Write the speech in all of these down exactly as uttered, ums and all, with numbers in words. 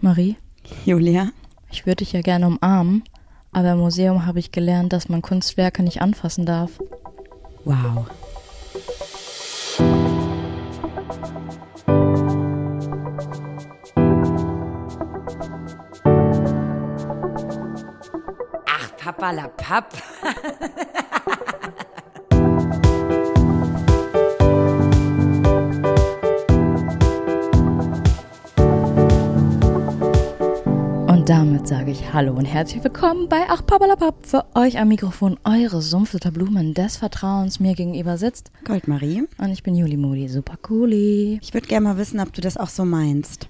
Marie, Julia, ich würde dich ja gerne umarmen, aber im Museum habe ich gelernt, dass man Kunstwerke nicht anfassen darf. wow. Ach, Papalapap. Und damit sage ich Hallo und herzlich willkommen bei Ach Papalapap. Für euch am Mikrofon eure Sumpfliter Blumen des Vertrauens mir gegenüber sitzt Goldmarie. Und ich bin Juli Moody, super cooli. Ich würde gerne mal wissen, ob du das auch so meinst.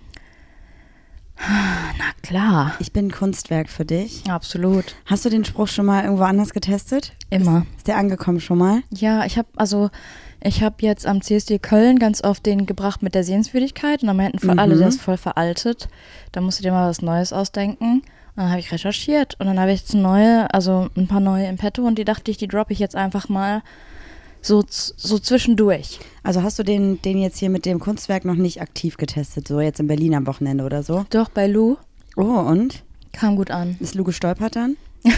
Na klar. Ich bin ein Kunstwerk für dich. Absolut. Hast du den Spruch schon mal irgendwo anders getestet? Immer. Ist, ist der angekommen schon mal? Ja, ich habe also, ich habe jetzt am C S D Köln ganz oft den gebracht mit der Sehenswürdigkeit und da meinten voll Mhm. alle, der ist voll veraltet. Da musst du dir mal was Neues ausdenken. Und dann habe ich recherchiert und dann habe ich jetzt neue, also ein paar neue im Petto und die dachte ich, die droppe ich jetzt einfach mal so, so zwischendurch. Also hast du den, den jetzt hier mit dem Kunstwerk noch nicht aktiv getestet, so jetzt in Berlin am Wochenende oder so? Doch, bei Lou Oh, und? kam gut an. Ist Lou gestolpert dann?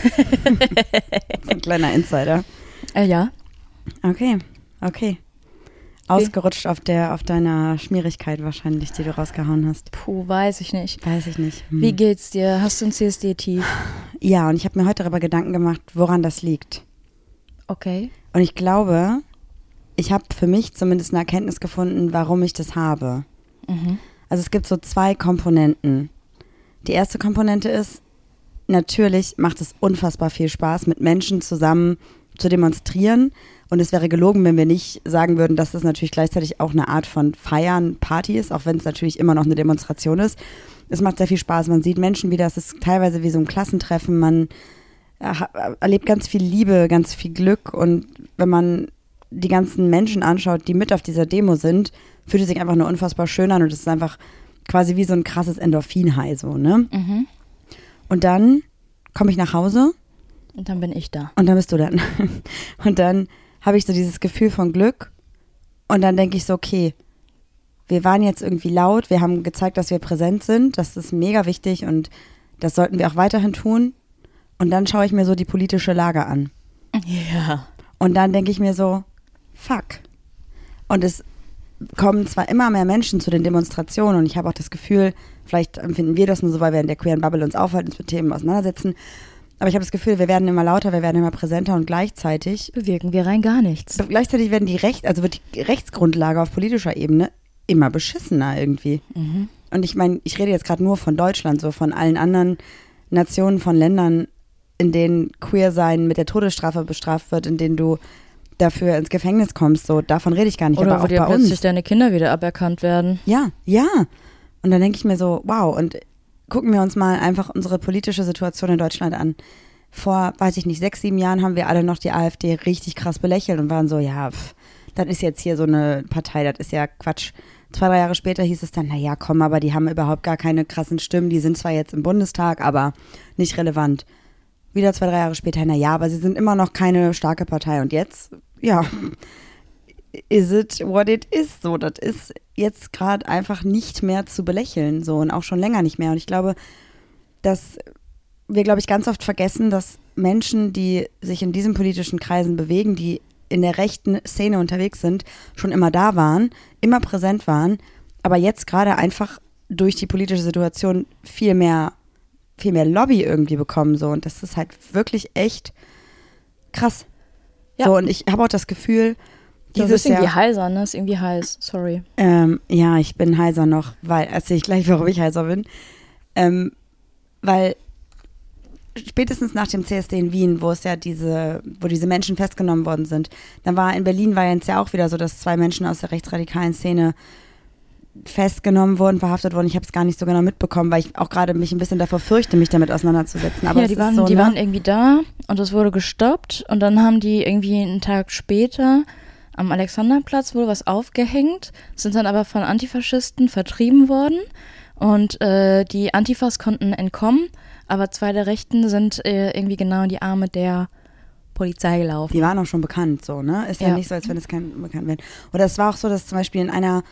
Ein kleiner Insider. Äh, ja. Okay, okay. Ausgerutscht auf der, auf deiner Schmierigkeit wahrscheinlich, die du rausgehauen hast. Puh, weiß ich nicht. Weiß ich nicht. Hm. Wie geht's dir? Hast du ein C S D-Tief? Ja, und ich habe mir heute darüber Gedanken gemacht, woran das liegt. Okay. Und ich glaube, ich habe für mich zumindest eine Erkenntnis gefunden, warum ich das habe. Mhm. Also es gibt so zwei Komponenten. Die erste Komponente ist, natürlich macht es unfassbar viel Spaß, mit Menschen zusammen zu demonstrieren. Und es wäre gelogen, wenn wir nicht sagen würden, dass das natürlich gleichzeitig auch eine Art von Feiern, Party ist, auch wenn es natürlich immer noch eine Demonstration ist. Es macht sehr viel Spaß. Man sieht Menschen wieder, es ist teilweise wie so ein Klassentreffen. Man erlebt ganz viel Liebe, ganz viel Glück. Und wenn man die ganzen Menschen anschaut, die mit auf dieser Demo sind, fühlt es sich einfach nur unfassbar schön an. Und es ist einfach quasi wie so ein krasses Endorphin-High, so, ne? Mhm. Und dann komme ich nach Hause. Und dann bin ich da. Und dann bist du dann. Und dann habe ich so dieses Gefühl von Glück. Und dann denke ich so, okay, wir waren jetzt irgendwie laut, wir haben gezeigt, dass wir präsent sind. Das ist mega wichtig und das sollten wir auch weiterhin tun. Und dann schaue ich mir so die politische Lage an. Ja. Und dann denke ich mir so, fuck. Und es kommen zwar immer mehr Menschen zu den Demonstrationen und ich habe auch das Gefühl, vielleicht empfinden wir das nur so, weil wir in der queeren Bubble uns aufhalten, uns mit Themen auseinandersetzen. Aber ich habe das Gefühl, wir werden immer lauter, wir werden immer präsenter und gleichzeitig Bewirken wir rein gar nichts. Gleichzeitig werden die Recht, also wird die Rechtsgrundlage auf politischer Ebene immer beschissener irgendwie. Mhm. Und ich meine, ich rede jetzt gerade nur von Deutschland, so von allen anderen Nationen, von Ländern, in denen Queer-Sein mit der Todesstrafe bestraft wird, in denen du dafür ins Gefängnis kommst, so davon rede ich gar nicht, Oder aber wo auch dir bei plötzlich uns. deine Kinder wieder aberkannt werden. Ja, ja. Und dann denke ich mir so, wow, und gucken wir uns mal einfach unsere politische Situation in Deutschland an. Vor, weiß ich nicht, sechs, sieben Jahren haben wir alle noch die AfD richtig krass belächelt und waren so, ja, pff, das ist jetzt hier so eine Partei, das ist ja Quatsch. Zwei, drei Jahre später hieß es dann, naja, komm, aber die haben überhaupt gar keine krassen Stimmen, die sind zwar jetzt im Bundestag, aber nicht relevant. Wieder zwei, drei Jahre später, naja, aber sie sind immer noch keine starke Partei. Und jetzt, ja, is it what it is? So, das ist jetzt gerade einfach nicht mehr zu belächeln, so, und auch schon länger nicht mehr. Und ich glaube, dass wir, glaube ich, ganz oft vergessen, dass Menschen, die sich in diesen politischen Kreisen bewegen, die in der rechten Szene unterwegs sind, schon immer da waren, immer präsent waren, aber jetzt gerade einfach durch die politische Situation viel mehr viel mehr Lobby irgendwie bekommen, so, und das ist halt wirklich echt krass. Ja. So, und ich habe auch das Gefühl, Du dieses bist irgendwie Jahr, heiser, ne? Ist irgendwie heiß, sorry. ähm, ja, ich bin heiser noch, weil, erzähle ich gleich, warum ich heiser bin, ähm, weil spätestens nach dem C S D in Wien, wo es ja diese, wo diese Menschen festgenommen worden sind, dann war in Berlin war jetzt ja auch wieder so, dass zwei Menschen aus der rechtsradikalen Szene festgenommen wurden, verhaftet wurden. Ich habe es gar nicht so genau mitbekommen, weil ich auch gerade mich ein bisschen davor fürchte, mich damit auseinanderzusetzen. Aber ja, es die, ist waren, so, die ne? waren irgendwie da und das wurde gestoppt und dann haben die irgendwie einen Tag später am Alexanderplatz wohl was aufgehängt, sind dann aber von Antifaschisten vertrieben worden und äh, die Antifas konnten entkommen, aber zwei der Rechten sind äh, irgendwie genau in die Arme der Polizei gelaufen. Die waren auch schon bekannt, so, ne? Ist ja, Ja. nicht so, als wenn es kein bekannt wäre. Oder es war auch so, dass zum Beispiel in einer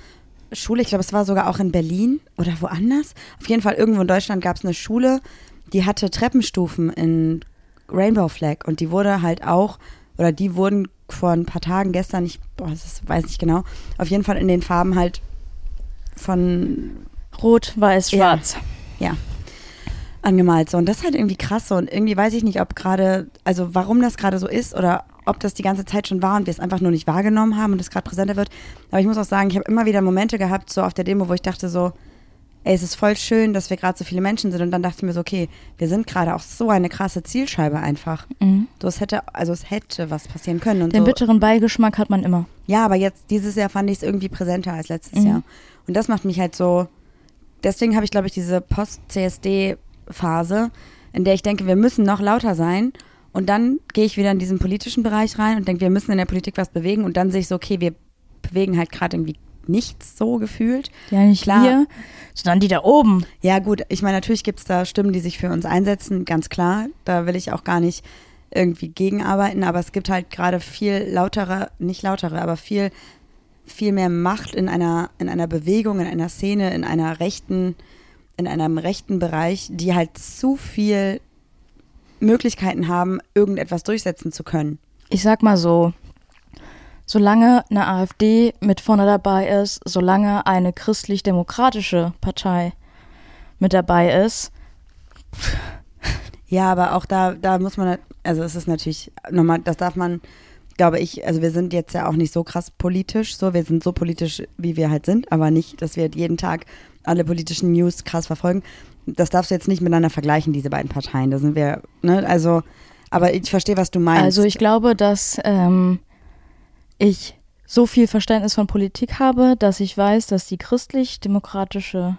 Schule, ich glaube, es war sogar auch in Berlin oder woanders. Auf jeden Fall irgendwo in Deutschland gab es eine Schule, die hatte Treppenstufen in Rainbow Flag und die wurde halt auch, oder die wurden vor ein paar Tagen, gestern, ich boah, das ist, weiß nicht genau, auf jeden Fall in den Farben halt von Rot, Weiß, Schwarz. Ja, ja, angemalt so. Und das ist halt irgendwie krass so. Und irgendwie weiß ich nicht, ob gerade, also warum das gerade so ist oder ob das die ganze Zeit schon war und wir es einfach nur nicht wahrgenommen haben und es gerade präsenter wird. Aber ich muss auch sagen, ich habe immer wieder Momente gehabt, so auf der Demo, wo ich dachte so, ey, es ist voll schön, dass wir gerade so viele Menschen sind. Und dann dachte ich mir so, okay, wir sind gerade auch so eine krasse Zielscheibe einfach. Mhm. So, es hätte, also es hätte was passieren können. Und Den so. bitteren Beigeschmack hat man immer. Ja, aber jetzt, dieses Jahr fand ich es irgendwie präsenter als letztes Mhm. Jahr. Und das macht mich halt so, deswegen habe ich, glaube ich, diese Post-C S D-Phase, in der ich denke, wir müssen noch lauter sein. Und dann gehe ich wieder in diesen politischen Bereich rein und denke, wir müssen in der Politik was bewegen. Und dann sehe ich so, okay, wir bewegen halt gerade irgendwie nichts so gefühlt. Ja, nicht Klar. wir, sondern die da oben. Ja gut, ich meine, natürlich gibt es da Stimmen, die sich für uns einsetzen, ganz klar. Da will ich auch gar nicht irgendwie gegenarbeiten. Aber es gibt halt gerade viel lautere, nicht lautere, aber viel, viel mehr Macht in einer, in einer Bewegung, in einer Szene, in einer rechten, in einem rechten Bereich, die halt zu viel Möglichkeiten haben, irgendetwas durchsetzen zu können. Ich sag mal so, solange eine AfD mit vorne dabei ist, solange eine christlich-demokratische Partei mit dabei ist. Ja, aber auch da, da muss man, also es ist natürlich nochmal, das darf man, glaube ich, also wir sind jetzt ja auch nicht so krass politisch, so, wir sind so politisch, wie wir halt sind, aber nicht, dass wir jeden Tag alle politischen News krass verfolgen. Das darfst du jetzt nicht miteinander vergleichen, diese beiden Parteien. Da sind wir, ne, also, aber ich verstehe, was du meinst. Also ich glaube, dass ähm, ich so viel Verständnis von Politik habe, dass ich weiß, dass die christlich-demokratische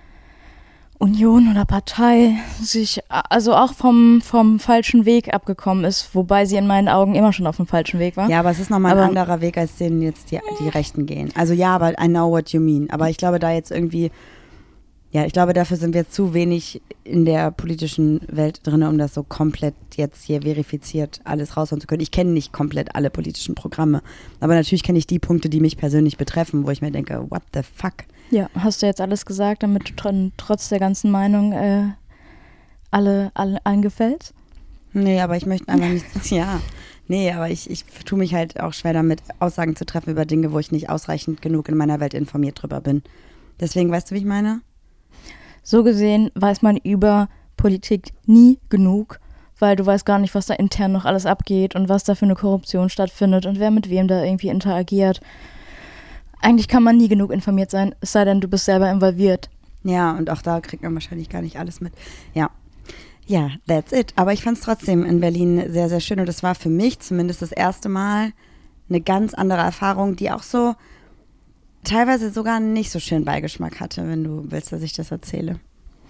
Union oder Partei sich also auch vom, vom falschen Weg abgekommen ist, wobei sie in meinen Augen immer schon auf dem falschen Weg war. Ja, aber es ist nochmal ein aber, anderer Weg, als den jetzt die, die Rechten gehen. Also ja, aber I know what you mean. Aber ich glaube, da jetzt irgendwie, ja, ich glaube, dafür sind wir zu wenig in der politischen Welt drin, um das so komplett jetzt hier verifiziert alles raushauen zu können. Ich kenne nicht komplett alle politischen Programme, aber natürlich kenne ich die Punkte, die mich persönlich betreffen, wo ich mir denke, what the fuck? Ja, hast du jetzt alles gesagt, damit du tr- trotz der ganzen Meinung äh, alle, alle allen gefällt? Nee, aber ich möchte einfach nicht, ja, nee, aber ich, ich tue mich halt auch schwer damit, Aussagen zu treffen über Dinge, wo ich nicht ausreichend genug in meiner Welt informiert drüber bin. Deswegen, weißt du, wie ich meine? So gesehen weiß man über Politik nie genug, weil du weißt gar nicht, was da intern noch alles abgeht und was da für eine Korruption stattfindet und wer mit wem da irgendwie interagiert. Eigentlich kann man nie genug informiert sein, es sei denn, du bist selber involviert. Ja, und auch da kriegt man wahrscheinlich gar nicht alles mit. Ja, ja, that's it. Aber ich fand es trotzdem in Berlin sehr, sehr schön und das war für mich zumindest das erste Mal eine ganz andere Erfahrung, die auch so teilweise sogar nicht so schön Beigeschmack hatte, wenn du willst, dass ich das erzähle.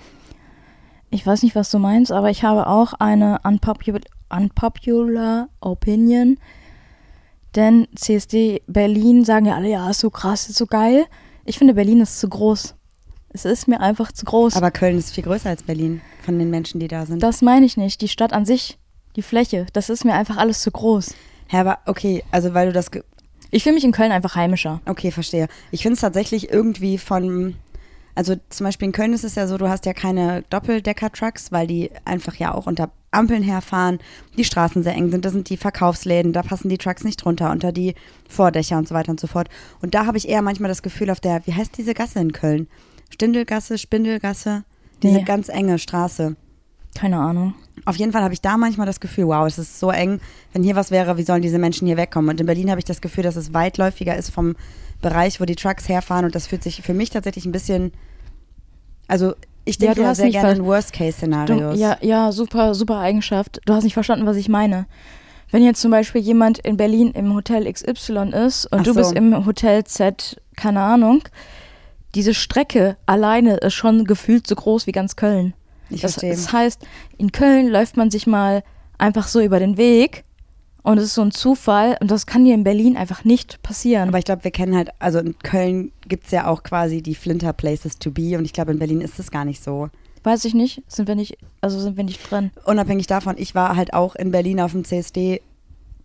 Ich weiß nicht, was du meinst, aber ich habe auch eine unpopular, unpopular Opinion. Denn C S D Berlin sagen ja alle, ja, ist so krass, ist so geil. Ich finde, Berlin ist zu groß. Es ist mir einfach zu groß. Aber Köln ist viel größer als Berlin, von den Menschen, die da sind. Das meine ich nicht. Die Stadt an sich, die Fläche, das ist mir einfach alles zu groß. Ja, aber okay, also weil du das... Ge- ich fühle mich in Köln einfach heimischer. Okay, verstehe. Ich finde es tatsächlich irgendwie von... Also zum Beispiel in Köln ist es ja so, du hast ja keine Doppeldecker-Trucks, weil die einfach ja auch unter Ampeln herfahren, die Straßen sehr eng sind, da sind die Verkaufsläden, da passen die Trucks nicht drunter, unter die Vordächer und so weiter und so fort. Und da habe ich eher manchmal das Gefühl auf der, wie heißt diese Gasse in Köln? Stindelgasse, Spindelgasse, diese Nee. ganz enge Straße. Keine Ahnung. Auf jeden Fall habe ich da manchmal das Gefühl, wow, es ist so eng, wenn hier was wäre, wie sollen diese Menschen hier wegkommen? Und in Berlin habe ich das Gefühl, dass es weitläufiger ist vom Bereich, wo die Trucks herfahren und das fühlt sich für mich tatsächlich ein bisschen, also ich denke Ja, du ja hast sehr nicht gerne ver- in Worst-Case-Szenarios. Du, ja, ja, super, super Eigenschaft. Du hast nicht verstanden, was ich meine. Wenn jetzt zum Beispiel jemand in Berlin im Hotel X Y ist und Ach du so. bist im Hotel Z, keine Ahnung, diese Strecke alleine ist schon gefühlt so groß wie ganz Köln. Ich Das, verstehe. das heißt, in Köln läuft man sich mal einfach so über den Weg und es ist so ein Zufall und das kann dir in Berlin einfach nicht passieren. Aber ich glaube, wir kennen halt, also in Köln gibt es ja auch quasi die Flinter Places to be und ich glaube, in Berlin ist es gar nicht so. Weiß ich nicht, sind wir nicht, also sind wir nicht drin. Unabhängig davon, ich war halt auch in Berlin auf dem C S D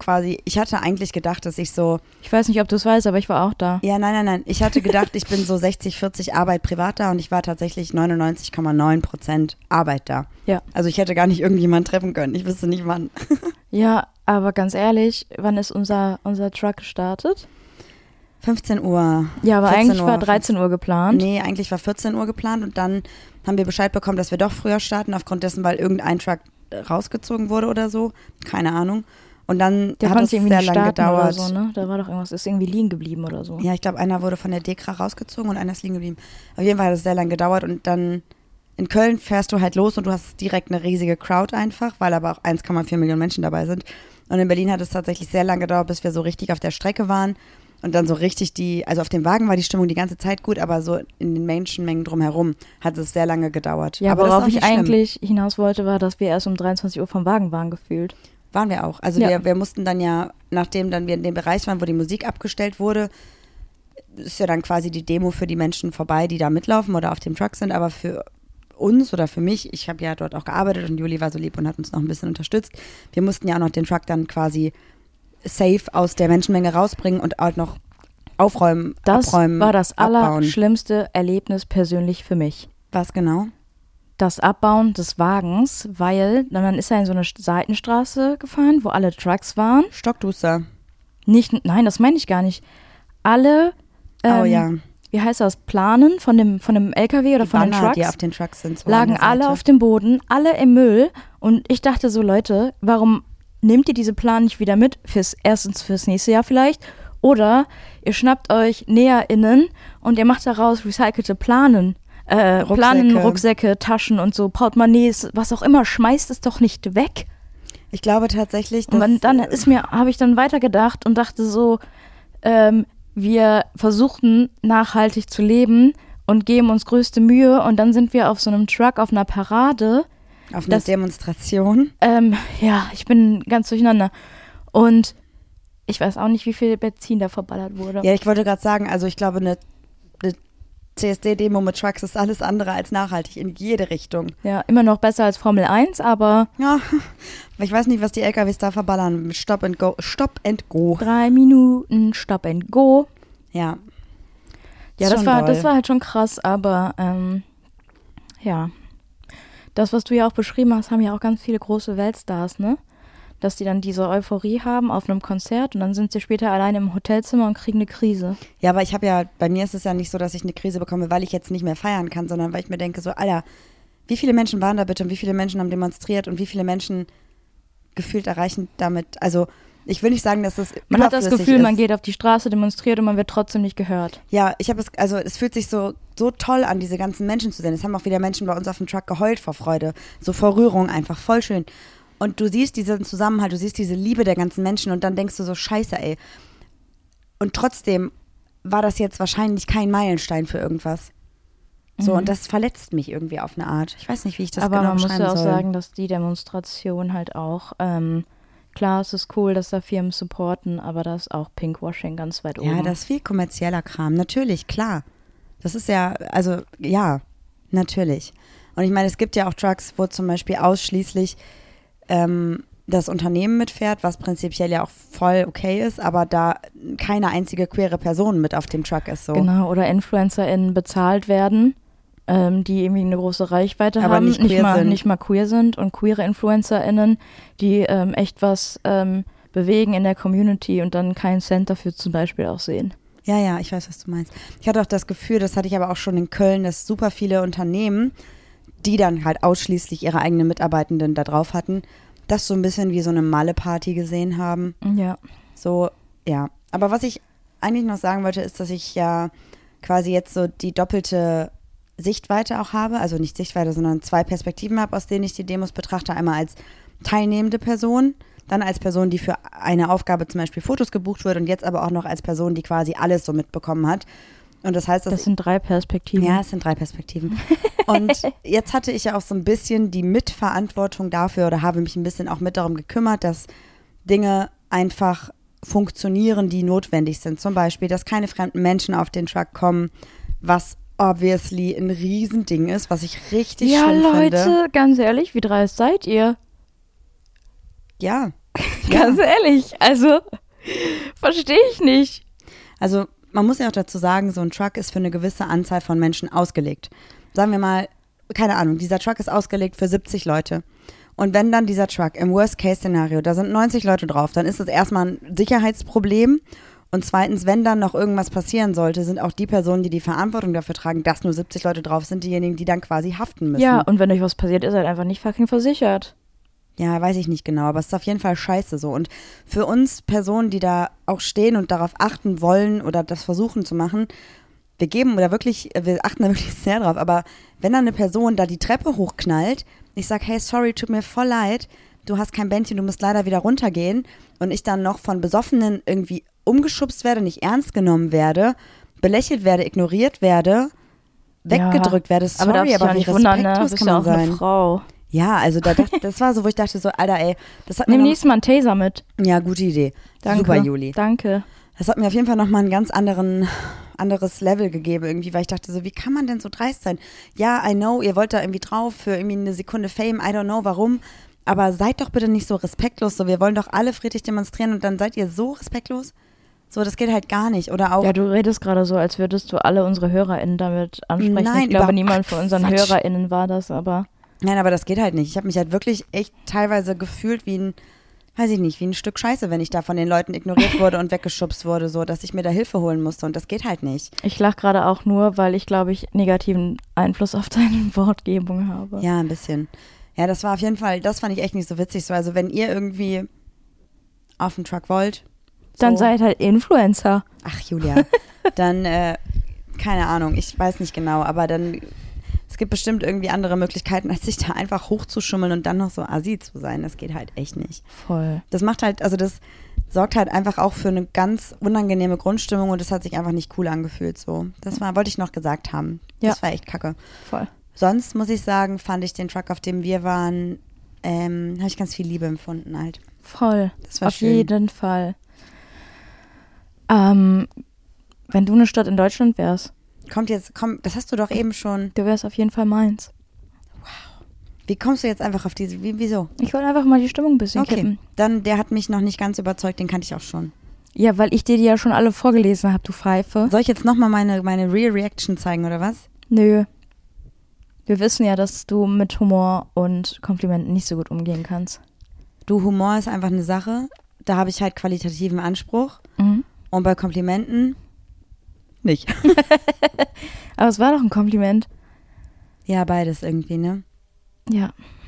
quasi, ich hatte eigentlich gedacht, dass ich so, Ich weiß nicht, ob du es weißt, aber ich war auch da. ja, nein, nein, nein, ich hatte gedacht, ich bin so sechzig, vierzig Arbeit privat da und ich war tatsächlich neunundneunzig Komma neun Prozent Arbeit da. Ja. Also ich hätte gar nicht irgendjemanden treffen können, ich wüsste nicht wann. Ja, aber ganz ehrlich, wann ist unser, unser Truck gestartet? fünfzehn Uhr. Ja, aber vierzehn eigentlich war dreizehn Uhr geplant. Nee, eigentlich war vierzehn Uhr geplant und dann haben wir Bescheid bekommen, dass wir doch früher starten, aufgrund dessen, weil irgendein Truck rausgezogen wurde oder so. Keine Ahnung. Und dann Der hat konnte es irgendwie sehr nicht lange starten gedauert. oder so, ne? Da war doch irgendwas, ist irgendwie liegen geblieben oder so. Ja, ich glaube, einer wurde von der Dekra rausgezogen und einer ist liegen geblieben. Auf jeden Fall hat es sehr lange gedauert und dann in Köln fährst du halt los und du hast direkt eine riesige Crowd einfach, weil aber auch eins Komma vier Millionen Menschen dabei sind. Und in Berlin hat es tatsächlich sehr lange gedauert, bis wir so richtig auf der Strecke waren und dann so richtig die, also auf dem Wagen war die Stimmung die ganze Zeit gut, aber so in den Menschenmengen drumherum hat es sehr lange gedauert. Ja, aber das ist worauf auch ich nicht schlimm. eigentlich hinaus wollte, war, dass wir erst um dreiundzwanzig Uhr vom Wagen waren gefühlt. Waren wir auch. Also Ja. wir, wir mussten dann ja, nachdem dann wir in dem Bereich waren, wo die Musik abgestellt wurde, ist ja dann quasi die Demo für die Menschen vorbei, die da mitlaufen oder auf dem Truck sind, aber für uns oder für mich, ich habe ja dort auch gearbeitet und Juli war so lieb und hat uns noch ein bisschen unterstützt. Wir mussten ja auch noch den Truck dann quasi safe aus der Menschenmenge rausbringen und auch noch aufräumen, Das abräumen, war das abbauen. allerschlimmste Erlebnis persönlich für mich. Was genau? Das Abbauen des Wagens, weil dann ist er in so eine Seitenstraße gefahren, wo alle Trucks waren. Stockduster. Nicht, nein, das meine ich gar nicht. Alle, ähm, oh ja. wie heißt das, Planen von dem, von dem L K W oder Die von den Banner, Trucks, die auf den Trucks sind. So lagen an der alle Seite. auf dem Boden, alle im Müll. Und ich dachte so, Leute, warum nehmt ihr diese Planen nicht wieder mit? Fürs, erstens fürs nächste Jahr vielleicht. Oder ihr schnappt euch NäherInnen und ihr macht daraus recycelte Planen. Äh, Rucksäcke. Planen, Rucksäcke, Taschen und so, Portemonnaies, was auch immer, schmeißt es doch nicht weg. Ich glaube tatsächlich, dass... Und dann ist mir, habe ich dann weitergedacht und dachte so, ähm, wir versuchen nachhaltig zu leben und geben uns größte Mühe und dann sind wir auf so einem Truck, auf einer Parade. auf einer das- Demonstration. Ähm, ja, ich bin ganz durcheinander. Und ich weiß auch nicht, wie viel Benzin da verballert wurde. Ja, ich wollte gerade sagen, also ich glaube, eine, eine C S D-Demo mit Trucks ist alles andere als nachhaltig, in jede Richtung. Ja, immer noch besser als Formel eins, aber Ja, ich weiß nicht, was die L K Ws da verballern. Mit Stop and Go. Stop and Go. drei Minuten, Stop and Go. Ja. Ja, Ist das schon war, doll. das war halt schon krass, aber ähm, ja. Das, was du ja auch beschrieben hast, haben ja auch ganz viele große Weltstars, ne? Dass die dann diese Euphorie haben auf einem Konzert und dann sind sie später alleine im Hotelzimmer und kriegen eine Krise. Ja, aber ich habe ja, bei mir ist es ja nicht so, dass ich eine Krise bekomme, weil ich jetzt nicht mehr feiern kann, sondern weil ich mir denke, so, Alter, wie viele Menschen waren da bitte und wie viele Menschen haben demonstriert und wie viele Menschen gefühlt erreichen damit, also ich will nicht sagen, dass das Man hat das überflüssig Gefühl, ist. man geht auf die Straße, demonstriert und man wird trotzdem nicht gehört. Ja, ich habe es, also es fühlt sich so, so toll an, diese ganzen Menschen zu sehen. Es haben auch wieder Menschen bei uns auf dem Truck geheult vor Freude, so vor Rührung einfach, voll schön. Und du siehst diesen Zusammenhalt, du siehst diese Liebe der ganzen Menschen und dann denkst du so, scheiße, ey. Und trotzdem war das jetzt wahrscheinlich kein Meilenstein für irgendwas. So, Mhm. und das verletzt mich irgendwie auf eine Art. Ich weiß nicht, wie ich das Aber genau man muss beschreiben ja auch soll. sagen, dass die Demonstration halt auch, ähm, klar, es ist cool, dass da Firmen supporten, aber da ist auch Pinkwashing ganz weit oben. Ja, das ist viel kommerzieller Kram. Natürlich, klar. Das ist ja, also, ja, natürlich. Und ich meine, es gibt ja auch Trucks, wo zum Beispiel ausschließlich ähm, das Unternehmen mitfährt, was prinzipiell ja auch voll okay ist, aber da keine einzige queere Person mit auf dem Truck ist so. Genau, oder InfluencerInnen bezahlt werden, ähm, die irgendwie eine große Reichweite Aber haben, nicht queer mal, sind. nicht mal queer sind und queere InfluencerInnen, die ähm, echt was ähm, bewegen in der Community und dann keinen Cent dafür zum Beispiel auch sehen. Ja, ja, ich weiß, was du meinst. Ich hatte auch das Gefühl, das hatte ich aber auch schon in Köln, dass super viele Unternehmen, die dann halt ausschließlich ihre eigenen Mitarbeitenden da drauf hatten, das so ein bisschen wie so eine Malle-Party gesehen haben. Ja. So, ja. Aber was ich eigentlich noch sagen wollte, ist, dass ich ja quasi jetzt so die doppelte Sichtweite auch habe. Also nicht Sichtweite, sondern zwei Perspektiven habe, aus denen ich die Demos betrachte. Einmal als teilnehmende Person, dann als Person, die für eine Aufgabe zum Beispiel Fotos gebucht wird und jetzt aber auch noch als Person, die quasi alles so mitbekommen hat. Und das heißt, dass Das sind drei Perspektiven. ja, es sind drei Perspektiven. Und jetzt hatte ich ja auch so ein bisschen die Mitverantwortung dafür oder habe mich ein bisschen auch mit darum gekümmert, dass Dinge einfach funktionieren, die notwendig sind. Zum Beispiel, dass keine fremden Menschen auf den Truck kommen, was obviously ein Riesending ist, was ich richtig ja, schlimm Leute, finde. ganz ehrlich, wie dreist seid ihr? Ja, Ganz ehrlich, also verstehe ich nicht. Also man muss ja auch dazu sagen, so ein Truck ist für eine gewisse Anzahl von Menschen ausgelegt. Sagen wir mal, keine Ahnung, dieser Truck ist ausgelegt für siebzig Leute. Und wenn dann dieser Truck im Worst-Case-Szenario, da sind neunzig Leute drauf, dann ist das erstmal ein Sicherheitsproblem. Und zweitens, wenn dann noch irgendwas passieren sollte, sind auch die Personen, die die Verantwortung dafür tragen, dass nur siebzig Leute drauf sind, diejenigen, die dann quasi haften müssen. Ja, und wenn euch was passiert, ist halt einfach nicht fucking versichert. Ja, weiß ich nicht genau, aber es ist auf jeden Fall scheiße so. Und für uns Personen, die da auch stehen und darauf achten wollen oder das versuchen zu machen, wir geben da wirklich, wir achten da wirklich sehr drauf, aber wenn dann eine Person da die Treppe hochknallt, ich sag, hey, sorry, tut mir voll leid, du hast kein Bändchen, du musst leider wieder runtergehen und ich dann noch von Besoffenen irgendwie umgeschubst werde, nicht ernst genommen werde, belächelt werde, ignoriert werde, weggedrückt ja, werde, sorry, aber, darfst aber ja wie nicht wundern, ne? respektlos Bist kann ja man auch eine sein. Frau. Ja, also da, das, das war so, wo ich dachte so, Alter, ey, das hat mir Nimm noch, nächstes Mal einen Taser mit. ja, gute Idee. Danke. Super, Juli. Danke. Das hat mir auf jeden Fall nochmal ein ganz anderen, anderes Level gegeben irgendwie, weil ich dachte so, wie kann man denn so dreist sein? Ja, I know, ihr wollt da irgendwie drauf für irgendwie eine Sekunde Fame, I don't know warum, aber seid doch bitte nicht so respektlos, so wir wollen doch alle friedlich demonstrieren und dann seid ihr so respektlos? So, das geht halt gar nicht. Oder auch. Ja, du redest gerade so, als würdest du alle unsere HörerInnen damit ansprechen. Nein, ich glaube, über- niemand von unseren Quatsch. HörerInnen war das, aber Nein, aber das geht halt nicht. Ich habe mich halt wirklich echt teilweise gefühlt wie ein, weiß ich nicht, wie ein Stück Scheiße, wenn ich da von den Leuten ignoriert wurde und weggeschubst wurde, so, dass ich mir da Hilfe holen musste und das geht halt nicht. ich lache gerade auch nur, weil ich, glaube ich, negativen Einfluss auf deine Wortgebung habe. Ja, ein bisschen. Ja, das war auf jeden Fall, das fand ich echt nicht so witzig. So, also wenn ihr irgendwie auf den Truck wollt, Dann so, seid halt Influencer. ach Julia, dann, äh, keine Ahnung, ich weiß nicht genau, aber dann, es gibt bestimmt irgendwie andere Möglichkeiten, als sich da einfach hochzuschummeln und dann noch so assi zu sein. Das geht halt echt nicht. Voll. Das macht halt, also das sorgt halt einfach auch für eine ganz unangenehme Grundstimmung und das hat sich einfach nicht cool angefühlt so. Das war, wollte ich noch gesagt haben. Das Ja. war echt kacke. Voll. Sonst muss ich sagen, fand ich den Truck, auf dem wir waren, ähm, habe ich ganz viel Liebe empfunden halt. Voll. Das war Auf schön. jeden Fall. Ähm, wenn du eine Stadt in Deutschland wärst, Kommt jetzt, komm, das hast du doch eben schon. du wärst auf jeden Fall Mainz. Wie kommst du jetzt einfach auf diese, wie, wieso? Ich wollte einfach mal die Stimmung ein bisschen Okay, kippen. dann, der hat mich noch nicht ganz überzeugt, den kannte ich auch schon. Ja, weil ich dir die ja schon alle vorgelesen habe, du Pfeife. Soll ich jetzt nochmal meine, meine Real Reaction zeigen, oder was? Nö. Wir wissen ja, dass du mit Humor und Komplimenten nicht so gut umgehen kannst. Du, Humor ist einfach eine Sache. Da habe ich halt qualitativen Anspruch. Mhm. Und bei Komplimenten nicht. Aber es war doch ein Kompliment. Ja, beides irgendwie, ne? Ja.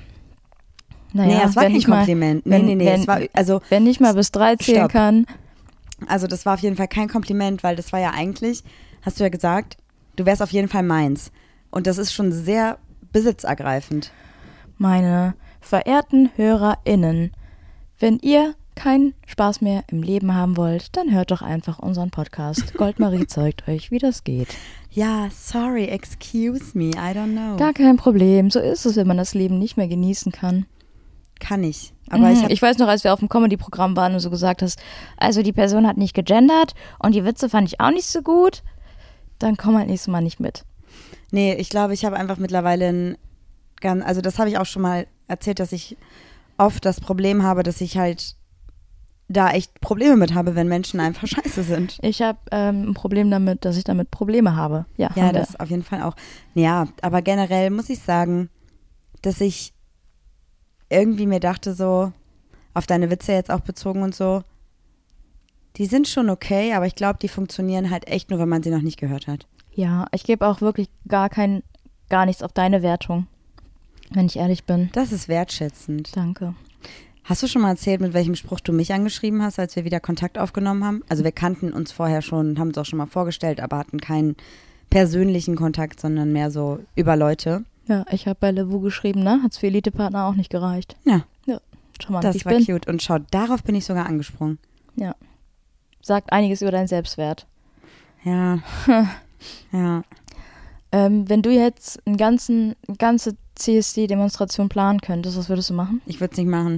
Naja, nee, es war wenn kein ich mal, Kompliment. wenn- nee, nee, nee. wenn- es war, also, Wenn ich mal bis drei zählen Stopp. kann. also, das war auf jeden Fall kein Kompliment, weil das war ja eigentlich, hast du ja gesagt, du wärst auf jeden Fall meins. Und das ist schon sehr besitzergreifend. Meine verehrten HörerInnen, wenn ihr keinen Spaß mehr im Leben haben wollt, dann hört doch einfach unseren Podcast. Goldmarie zeigt euch, wie das geht. Ja, sorry, excuse me, I don't know. Gar kein Problem. So ist es, wenn man das Leben nicht mehr genießen kann. Kann ich. Aber Mhm. ich hab, ich weiß noch, als wir auf dem Comedy-Programm waren und so gesagt hast, also die Person hat nicht gegendert und die Witze fand ich auch nicht so gut, dann komm halt nächstes Mal nicht mit. nee, ich glaube, ich habe einfach mittlerweile ein ganz, also das habe ich auch schon mal erzählt, dass ich oft das Problem habe, dass ich halt da echt Probleme mit habe, wenn Menschen einfach scheiße sind. Ich habe ähm, ein Problem damit, dass ich damit Probleme habe. Ja, Ja, haben wir. das auf jeden Fall auch. Ja, aber generell muss ich sagen, dass ich irgendwie mir dachte so, auf deine Witze jetzt auch bezogen und so, die sind schon okay, aber ich glaube, die funktionieren halt echt nur, wenn man sie noch nicht gehört hat. Ja, ich gebe auch wirklich gar kein, gar nichts auf deine Wertung, wenn ich ehrlich bin. Das ist wertschätzend. Danke. Hast du schon mal erzählt, mit welchem Spruch du mich angeschrieben hast, als wir wieder Kontakt aufgenommen haben? Also wir kannten uns vorher schon und haben uns auch schon mal vorgestellt, aber hatten keinen persönlichen Kontakt, sondern mehr so über Leute. Ja, ich habe bei Levu geschrieben, ne? Hat's für Elite-Partner auch nicht gereicht. Ja, Ja, charmant, wie das ich war bin. cute. Und schau, darauf bin ich sogar angesprungen. Ja. Sagt einiges über deinen Selbstwert. Ja, ja. Ähm, wenn du jetzt einen ganzen, eine ganze C S D-Demonstration planen könntest, was würdest du machen? Ich würde es nicht machen.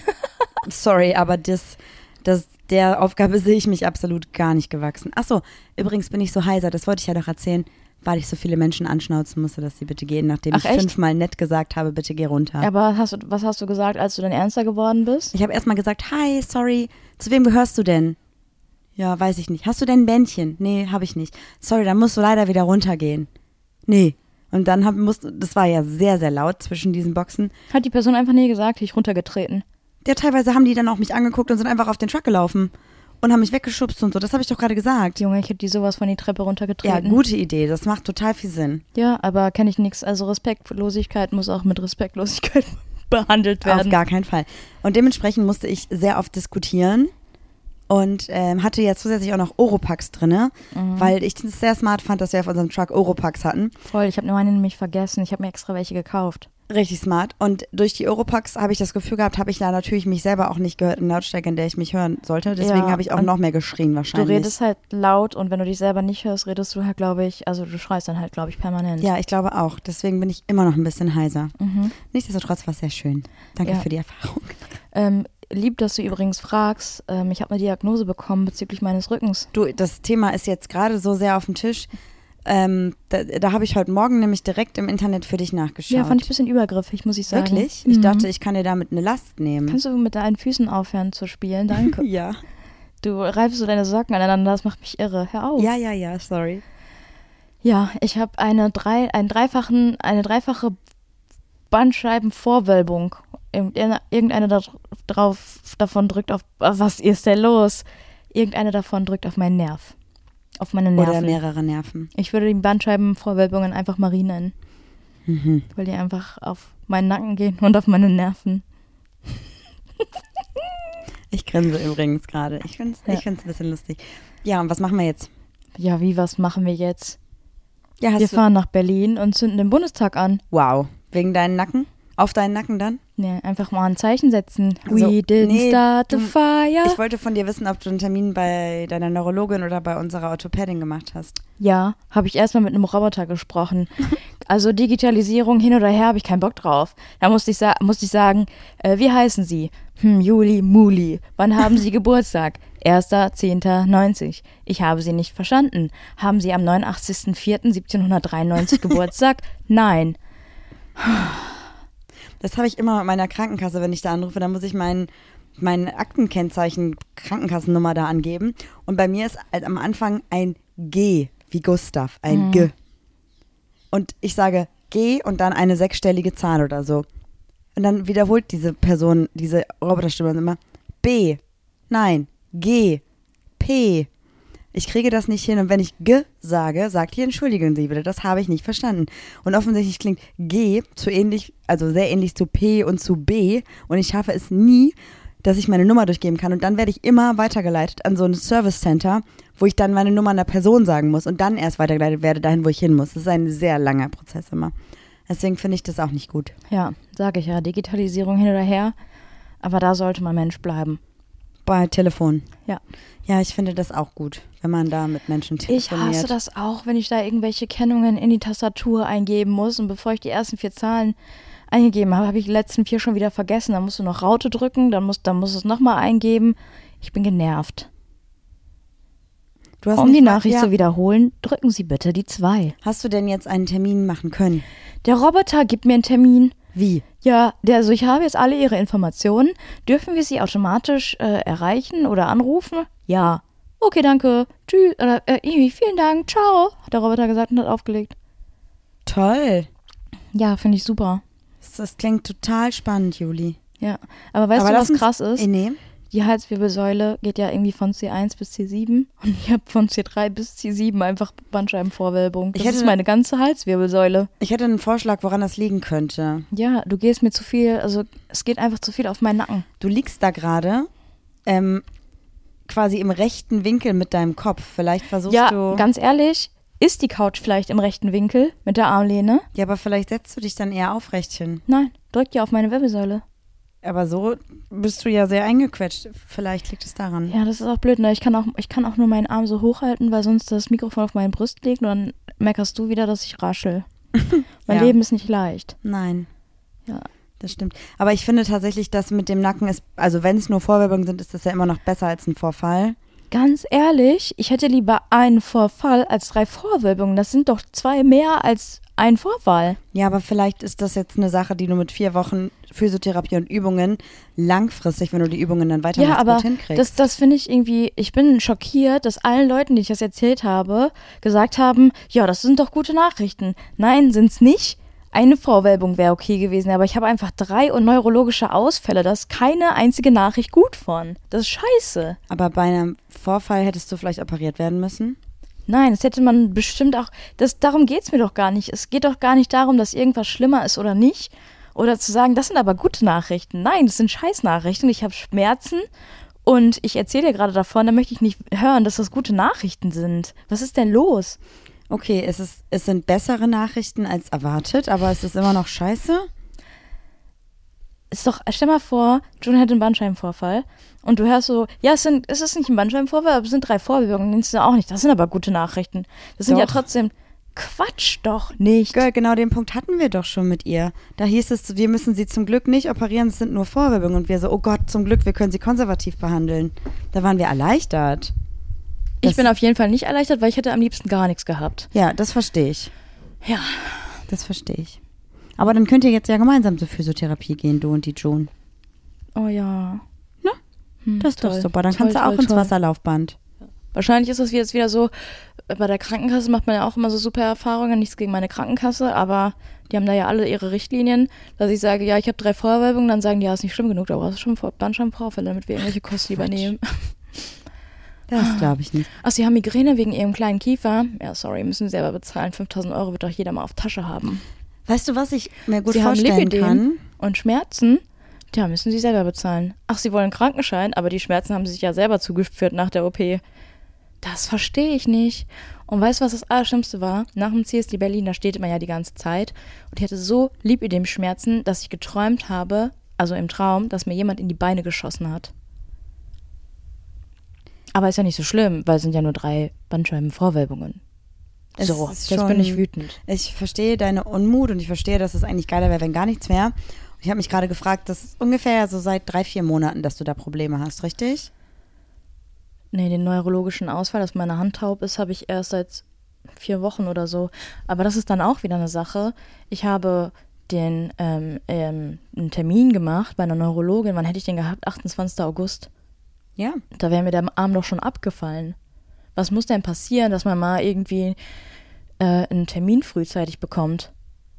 Sorry, aber das, das, der Aufgabe sehe ich mich absolut gar nicht gewachsen. Ach so, übrigens bin ich so heiser, das wollte ich ja doch erzählen. weil ich so viele Menschen anschnauzen musste, dass sie bitte gehen, nachdem Ach, ich echt? fünfmal nett gesagt habe, bitte geh runter. Aber hast du, was hast du gesagt, als du dann ernster geworden bist? Ich habe erstmal gesagt, hi, sorry, zu wem gehörst du denn? Ja, weiß ich nicht. Hast du denn ein Bändchen? Nee, habe ich nicht. Sorry, dann musst du leider wieder runtergehen. Nee. Und dann hab, musst, das war ja sehr, sehr laut zwischen diesen Boxen. Hat die Person einfach nie gesagt, ich runtergetreten. Ja, teilweise haben die dann auch mich angeguckt und sind einfach auf den Truck gelaufen und haben mich weggeschubst und so. Das habe ich doch gerade gesagt. Junge, ich hätte die sowas von die Treppe Ja, runtergetreten. gute Idee. Das macht total viel Sinn. Ja, aber kenne ich nichts. Also Respektlosigkeit muss auch mit Respektlosigkeit behandelt werden. Auf gar keinen Fall. Und dementsprechend musste ich sehr oft diskutieren und ähm, hatte ja zusätzlich auch noch Oropax drin, Mhm. weil ich es sehr smart fand, dass wir auf unserem Truck Oropax hatten. Voll, ich habe nur eine nämlich vergessen. Ich habe mir extra welche gekauft. Richtig smart. Und durch die Oropax habe ich das Gefühl gehabt, habe ich da natürlich mich selber auch nicht gehört in der Lautstärke, in der ich mich hören sollte. Deswegen Ja, habe ich auch und noch mehr geschrien Du wahrscheinlich. redest halt laut und wenn du dich selber nicht hörst, redest du halt, glaube ich, also du schreist dann halt, glaube ich, permanent. Ja, ich glaube auch. Deswegen bin ich immer noch ein bisschen heiser. Mhm. Nichtsdestotrotz war es sehr schön. Danke Ja. für die Erfahrung. Ähm, lieb, dass du übrigens fragst. Ähm, ich habe eine Diagnose bekommen bezüglich meines Rückens. Du, das Thema ist jetzt gerade so sehr auf dem Tisch. Ähm, da da habe ich heute Morgen nämlich direkt im Internet für dich nachgeschaut. Ja, fand ich ein bisschen übergriffig, muss ich sagen. Wirklich? Ich Mhm. dachte, ich kann dir damit eine Last nehmen. Kannst du mit deinen Füßen aufhören zu spielen? Danke. Ja. Du reibst so deine Socken aneinander, das macht mich irre. Hör auf. Ja, ja, ja, sorry. Ja, ich habe eine drei, einen dreifachen, eine dreifache Bandscheibenvorwölbung. Irgendeine, irgendeine da drauf, davon drückt auf, was ist denn los? Irgendeine davon drückt auf meinen Nerv. Auf meine Nerven. Oder mehrere Nerven. Ich würde die Bandscheibenvorwölbungen einfach Marie nennen, Mhm. weil die einfach auf meinen Nacken gehen und auf meine Nerven. Ich grinse übrigens gerade. Ich finde es Ja. ich find's ein bisschen lustig. Ja, und was machen wir jetzt? Ja, wie, was machen wir jetzt? Ja, hast Wir du, fahren nach Berlin und zünden den Bundestag an. wow. Wegen deinen Nacken? Auf deinen Nacken dann? Nee, einfach mal ein Zeichen setzen. We So, didn't nee, start the du- fire. Ich wollte von dir wissen, ob du einen Termin bei deiner Neurologin oder bei unserer Orthopädin gemacht hast. Ja, habe ich erstmal mit einem Roboter gesprochen. Also Digitalisierung hin oder her habe ich keinen Bock drauf. Da musste ich, sa musste ich sagen, äh, wie heißen Sie? Hm, Juli Muli. Wann haben Sie Geburtstag? erster zehnter neunzig. Ich habe Sie nicht verstanden. Haben Sie am neunundachtzigsten vierten siebzehnhundertdreiundneunzig Geburtstag? Nein. Das habe ich immer mit meiner Krankenkasse, wenn ich da anrufe, dann muss ich mein, mein Aktenkennzeichen, Krankenkassennummer da angeben. Und bei mir ist halt am Anfang ein G, wie Gustav, ein Mhm. G. Und ich sage G und dann eine sechsstellige Zahl oder so. Und dann wiederholt diese Person, diese Roboterstimme immer B, nein, G, P. Ich kriege das nicht hin und wenn ich G sage, sagt ihr, entschuldigen Sie bitte, das habe ich nicht verstanden. Und offensichtlich klingt G zu ähnlich, also sehr ähnlich zu P und zu B und ich schaffe es nie, dass ich meine Nummer durchgeben kann und dann werde ich immer weitergeleitet an so ein Service Center, wo ich dann meine Nummer einer Person sagen muss und dann erst weitergeleitet werde dahin, wo ich hin muss. Das ist ein sehr langer Prozess immer. Deswegen finde ich das auch nicht gut. Ja, sage ich ja. Digitalisierung hin oder her. Aber da sollte man Mensch bleiben. Bei Telefon. Ja. Ja, ich finde das auch gut, wenn man da mit Menschen Ich telefoniert. hasse das auch, wenn ich da irgendwelche Kennungen in die Tastatur eingeben muss und bevor ich die ersten vier Zahlen eingegeben habe, habe ich die letzten vier schon wieder vergessen. Dann musst du noch Raute drücken, dann musst, dann musst du es nochmal eingeben. Ich bin genervt. Du hast Um die nicht mal- Nachricht ja. zu wiederholen, drücken Sie bitte die zwei. Hast du denn jetzt einen Termin machen können? Der Roboter gibt mir einen Termin. Wie? Ja, der, also ich habe jetzt alle Ihre Informationen. Dürfen wir Sie automatisch äh, erreichen oder anrufen? Ja. Okay, danke. Tschüss. Oder, äh, irgendwie, vielen Dank. Ciao, hat der Roboter gesagt und hat aufgelegt. Toll. Ja, finde ich super. Das, das klingt total spannend, Juli. Ja, aber weißt Aber du, lass was uns- krass ist? Eh, nee. Die Halswirbelsäule geht ja irgendwie von C eins bis C sieben und ich habe von C drei bis C sieben einfach Bandscheibenvorwölbung. Das Ich hätte- ist meine ganze Halswirbelsäule. Ich hätte einen Vorschlag, woran das liegen könnte. Ja, du gehst mir zu viel, also es geht einfach zu viel auf meinen Nacken. Du liegst da gerade ähm, quasi im rechten Winkel mit deinem Kopf. Vielleicht versuchst Ja, du... ganz ehrlich, ist die Couch vielleicht im rechten Winkel mit der Armlehne? Ja, aber vielleicht setzt du dich dann eher aufrecht hin. Nein, drück dir auf meine Wirbelsäule. Aber so bist du ja sehr eingequetscht. Vielleicht liegt es daran. Ja, das ist auch blöd, ne? Ich kann auch, ich kann auch nur meinen Arm so hochhalten, weil sonst das Mikrofon auf meinen Brust liegt und dann meckerst du wieder, dass ich raschel. Mein Ja. Leben ist nicht leicht. Nein. Ja. Das stimmt. Aber ich finde tatsächlich, dass mit dem Nacken ist, also wenn es nur Vorwölbungen sind, ist das ja immer noch besser als ein Vorfall. Ganz ehrlich, ich hätte lieber einen Vorfall als drei Vorwölbungen. Das sind doch zwei mehr als ein Vorfall. Ja, aber vielleicht ist das jetzt eine Sache, die du mit vier Wochen Physiotherapie und Übungen langfristig, wenn du die Übungen dann weiter Ja, aber gut hinkriegst. das, das finde ich irgendwie, ich bin schockiert, dass allen Leuten, die ich das erzählt habe, gesagt haben, ja, das sind doch gute Nachrichten. Nein, sind's nicht. Eine Vorwölbung wäre okay gewesen, aber ich habe einfach drei und neurologische Ausfälle. Da ist keine einzige Nachricht gut von. Das ist scheiße. Aber bei einem Vorfall hättest du vielleicht operiert werden müssen? Nein, das hätte man bestimmt auch, das, darum geht's mir doch gar nicht. Es geht doch gar nicht darum, dass irgendwas schlimmer ist oder nicht. Oder zu sagen, das sind aber gute Nachrichten. Nein, das sind Scheißnachrichten. Ich habe Schmerzen und ich erzähle dir gerade davon, da möchte ich nicht hören, dass das gute Nachrichten sind. Was ist denn los? Okay, es, ist, es sind bessere Nachrichten als erwartet, aber es ist immer noch scheiße. Ist doch, stell mal vor, June hätte einen Bandscheibenvorfall und du hörst so, ja, es, sind, es ist nicht ein Bandscheibenvorfall, aber es sind drei Vorwölbungen. Denkst du auch nicht, das sind aber gute Nachrichten. Das sind Doch. ja trotzdem, Quatsch doch nicht. Girl, genau den Punkt hatten wir doch schon mit ihr. Da hieß es, wir müssen sie zum Glück nicht operieren, es sind nur Vorwölbungen. Und wir so, oh Gott, zum Glück, wir können sie konservativ behandeln. Da waren wir erleichtert. Ich Das- bin auf jeden Fall nicht erleichtert, weil ich hätte am liebsten gar nichts gehabt. Ja, das verstehe ich. Ja. Das verstehe ich. Aber dann könnt ihr jetzt ja gemeinsam zur Physiotherapie gehen, du und die June. Oh ja. Ne? Hm, Das ist doch toll. super. Dann Toll, kannst du auch toll, ins toll. Wasserlaufband. Wahrscheinlich ist das jetzt wieder so, bei der Krankenkasse macht man ja auch immer so super Erfahrungen, nichts gegen meine Krankenkasse, aber die haben da ja alle ihre Richtlinien, dass ich sage, ja, ich habe drei Vorwölbungen, dann sagen die, ja, ist nicht schlimm genug, da brauchst du schon Bandscheibenvorfälle, damit wir irgendwelche Kosten übernehmen. Das glaube ich nicht. Ach, sie haben Migräne wegen ihrem kleinen Kiefer. Ja, sorry, müssen sie selber bezahlen. fünftausend Euro wird doch jeder mal auf Tasche haben. Weißt du, was ich mir gut sie haben vorstellen Lipidem kann? und Schmerzen, ja, müssen sie selber bezahlen. Ach, sie wollen einen Krankenschein, aber die Schmerzen haben sie sich ja selber zugeführt nach der O P. Das verstehe ich nicht. Und weißt du, was das Allerschlimmste war? Nach dem C S D Berlin, da steht immer ja die ganze Zeit. Und ich hatte so Lipidem-Schmerzen, dass ich geträumt habe, also im Traum, dass mir jemand in die Beine geschossen hat. Aber ist ja nicht so schlimm, weil es sind ja nur drei Bandscheibenvorwölbungen. Es So, ist jetzt schon- bin ich wütend. Ich verstehe deine Unmut und ich verstehe, dass es eigentlich geiler wäre, wenn gar nichts wäre. Und ich habe mich gerade gefragt, das ist ungefähr so seit drei, vier Monaten, dass du da Probleme hast, richtig? Nee, den neurologischen Ausfall, dass meine Hand taub ist, habe ich erst seit vier Wochen oder so. Aber das ist dann auch wieder eine Sache. Ich habe den ähm, ähm, einen Termin gemacht bei einer Neurologin. Wann hätte ich den gehabt? achtundzwanzigsten August. Ja. Da wäre mir der Arm doch schon abgefallen. Was muss denn passieren, dass man mal irgendwie äh, einen Termin frühzeitig bekommt?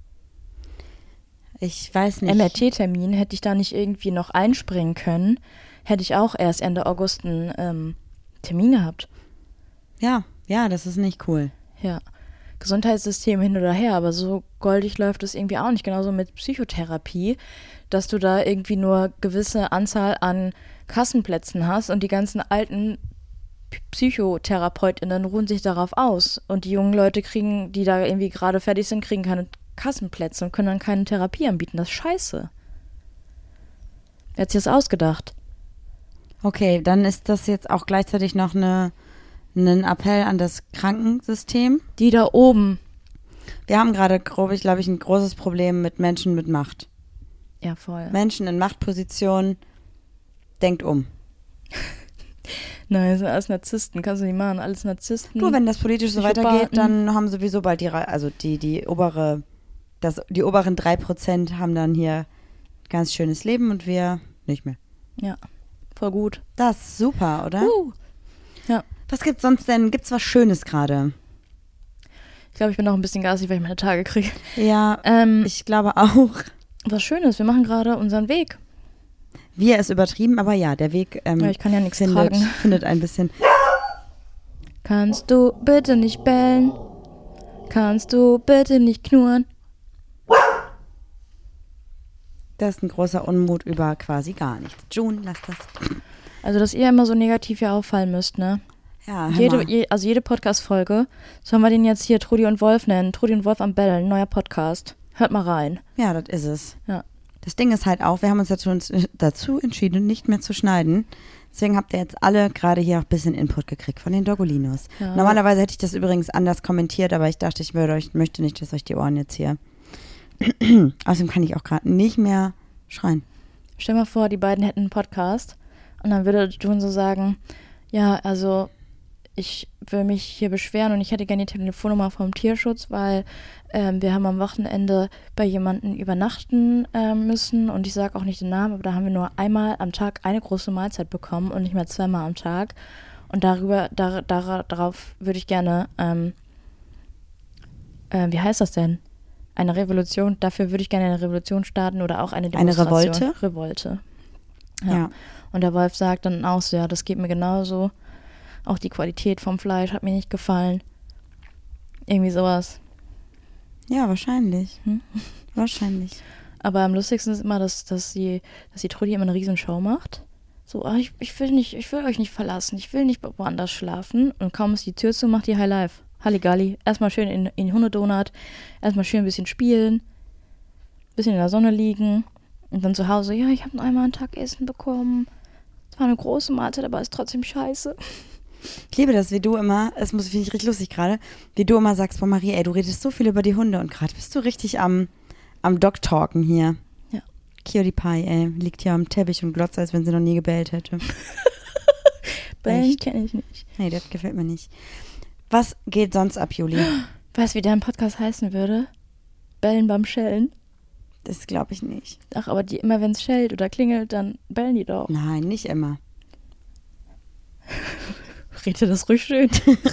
Ich weiß nicht. M R T-Termin, hätte ich da nicht irgendwie noch einspringen können, hätte ich auch erst Ende August einen ähm, Termin gehabt. Ja, ja, das ist nicht cool. Ja, Gesundheitssystem hin oder her, aber so goldig läuft es irgendwie auch nicht. Genauso mit Psychotherapie, dass du da irgendwie nur gewisse Anzahl an Kassenplätzen hast und die ganzen alten P- PsychotherapeutInnen ruhen sich darauf aus. Und die jungen Leute kriegen, die da irgendwie gerade fertig sind, kriegen keine Kassenplätze und können dann keine Therapie anbieten. Das ist scheiße. Wer hat sich das ausgedacht? Okay, dann ist das jetzt auch gleichzeitig noch eine, ein Appell an das Krankensystem. Die da oben. Wir haben gerade, grob, ich glaube ich, ein großes Problem mit Menschen mit Macht. Ja, voll. Menschen in Machtpositionen, denkt um. Nein, das sind alles Narzissten. Kannst du nicht machen. Alles Narzissten. Nur wenn das politisch so Psychopathen. weitergeht, dann haben sowieso bald die, Re- also die, die obere, das, die oberen drei Prozent haben dann hier ganz schönes Leben und wir nicht mehr. Ja, voll gut. Das ist super, oder? Uh. Ja. Was gibt's sonst denn? Gibt's was Schönes gerade? Ich glaube, ich bin noch ein bisschen garstig, weil ich meine Tage kriege. Ja, Ähm, ich glaube auch. was Schönes, wir machen gerade unseren Weg. Wir ist übertrieben, aber ja, der Weg ähm, Ja, ich kann ja nichts findet, tragen. findet ein bisschen. Kannst du bitte nicht bellen? Kannst du bitte nicht knurren? Das ist ein großer Unmut über quasi gar nichts. June, lass das. Also, dass ihr immer so negativ hier auffallen müsst, ne? Ja, hör Jede, mal. je, also jede Podcast-Folge, sollen wir den jetzt hier Trudi und Wolf nennen? Trudi und Wolf am Bellen, neuer Podcast. Hört mal rein. Ja, das ist es. Ja. Das Ding ist halt auch, wir haben uns dazu, dazu entschieden, nicht mehr zu schneiden. Deswegen habt ihr jetzt alle gerade hier auch ein bisschen Input gekriegt von den Doggolinos. Ja. Normalerweise hätte ich das übrigens anders kommentiert, aber ich dachte, ich würde euch, möchte nicht, dass euch die Ohren jetzt hier. Außerdem kann ich auch gerade nicht mehr schreien. Stell mal vor, die beiden hätten einen Podcast und dann würde June so sagen, Ja, also ich will mich hier beschweren und ich hätte gerne die Telefonnummer vom Tierschutz, weil ähm, wir haben am Wochenende bei jemandem übernachten ähm, müssen und ich sage auch nicht den Namen, aber da haben wir nur einmal am Tag eine große Mahlzeit bekommen und nicht mehr zweimal am Tag. Und darüber, dar, dar, darauf würde ich gerne, ähm, äh, wie heißt das denn? Eine Revolution, dafür würde ich gerne eine Revolution starten oder auch eine Demonstration. Eine Revolte? Revolte. Ja. Ja. Und der Wolf sagt dann auch so, ja, das geht mir genauso. Auch die Qualität vom Fleisch hat mir nicht gefallen. Irgendwie sowas. Ja, wahrscheinlich. Hm? Wahrscheinlich. Aber am lustigsten ist immer, dass, dass, die, dass die Trudi immer eine riesen Show macht. So, ah, ich, ich will nicht, ich will euch nicht verlassen, ich will nicht woanders schlafen. Und kaum ist die Tür zu, macht die High Life. Halligalli. Erstmal schön in, in Hundedonut, erstmal schön ein bisschen spielen, ein bisschen in der Sonne liegen. Und dann zu Hause, ja, ich habe nur einmal einen Tag Essen bekommen. Es war eine große Mahlzeit, aber ist trotzdem scheiße. Ich liebe das, wie du immer, es muss finde ich richtig lustig gerade, wie du immer sagst, boah Marie, ey, du redest so viel über die Hunde und gerade bist du richtig am, am Dog-Talken hier. Ja. Cutie Pie, ey, liegt hier am Teppich und glotzt, als wenn sie noch nie gebellt hätte. Bellen kenne ich nicht. Nee, das gefällt mir nicht. Was geht sonst ab, Juli? Weißt du, wie dein Podcast heißen würde? Bellen beim Schellen. Das glaube ich nicht. Ach, aber die immer, wenn es schellt oder klingelt, dann bellen die doch. Nein, nicht immer. Rede das ruhig schön.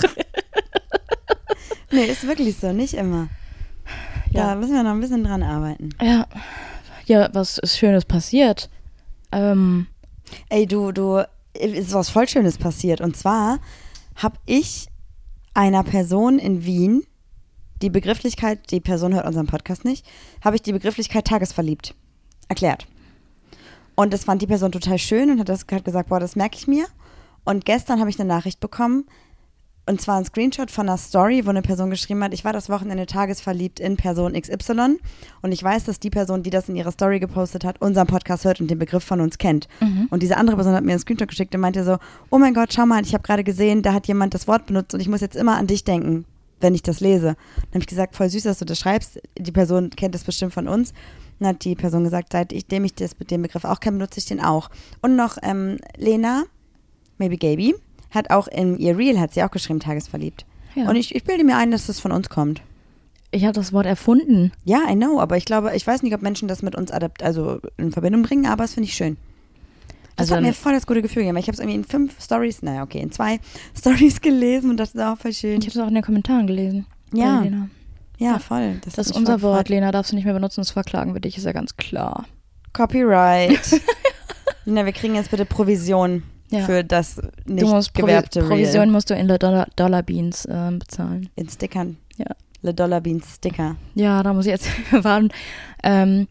Nee, ist wirklich so, nicht immer. Ja. Da müssen wir noch ein bisschen dran arbeiten. Ja, ja, was ist Schönes passiert? Ähm, Ey, du, du, ist was voll Schönes passiert. Und zwar habe ich einer Person in Wien die Begrifflichkeit, die Person hört unseren Podcast nicht, habe ich die Begrifflichkeit tagesverliebt erklärt. Und das fand die Person total schön und hat, das, hat gesagt, boah, das merke ich mir. Und gestern habe ich eine Nachricht bekommen, und zwar ein Screenshot von einer Story, wo eine Person geschrieben hat, ich war das Wochenende tagesverliebt in Person X Y und ich weiß, dass die Person, die das in ihrer Story gepostet hat, unseren Podcast hört und den Begriff von uns kennt. Mhm. Und diese andere Person hat mir einen Screenshot geschickt und meinte so, oh mein Gott, schau mal, ich habe gerade gesehen, da hat jemand das Wort benutzt und ich muss jetzt immer an dich denken, wenn ich das lese. Dann habe ich gesagt, voll süß, dass du das schreibst, die Person kennt das bestimmt von uns. Dann hat die Person gesagt, seitdem ich das mit dem Begriff auch kenne, benutze ich den auch. Und noch ähm, Lena, Maybe Gaby, hat auch in ihr Reel, hat sie auch geschrieben, tagesverliebt. Ja. Und ich, ich bilde mir ein, dass das von uns kommt. Ich habe das Wort erfunden. Ja, I know, aber ich glaube, ich weiß nicht, ob Menschen das mit uns adapt, also in Verbindung bringen, aber das finde ich schön. Das Also hat mir voll das gute Gefühl gegeben. Ich habe es irgendwie in fünf Stories, naja, okay, in zwei Stories gelesen und dachte, auch voll schön. Ich habe es auch in den Kommentaren gelesen. Ja. Bei Lena. Ja, voll. Das, Das hat ist mich unser voll Wort, gefreut. Lena, darfst du nicht mehr benutzen, das verklagen wir dich, ist ja ganz klar. Copyright. Lena, wir kriegen jetzt bitte Provision Ja. für das nicht Du musst Provi- gewerbte Provision Reel. musst du in Dollar, Dollar Beans ähm, bezahlen. In Stickern. Ja. Le Dollar Beans Sticker. Ja, da muss ich jetzt, wir waren ähm,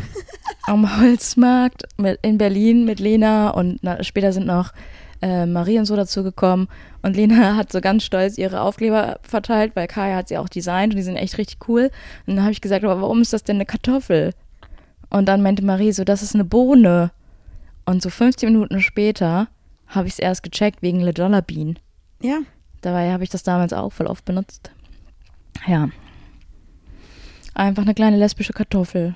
am Holzmarkt mit, in Berlin mit Lena und na, später sind noch äh, Marie und so dazu gekommen und Lena hat so ganz stolz ihre Aufkleber verteilt, weil Kaya hat sie auch designt und die sind echt richtig cool. Und dann habe ich gesagt, aber warum ist das denn eine Kartoffel? Und dann meinte Marie so, das ist eine Bohne. Und so fünfzehn Minuten später habe ich es erst gecheckt wegen Le Dollar Bean. Ja. Dabei habe ich das damals auch voll oft benutzt. Ja. Einfach eine kleine lesbische Kartoffel.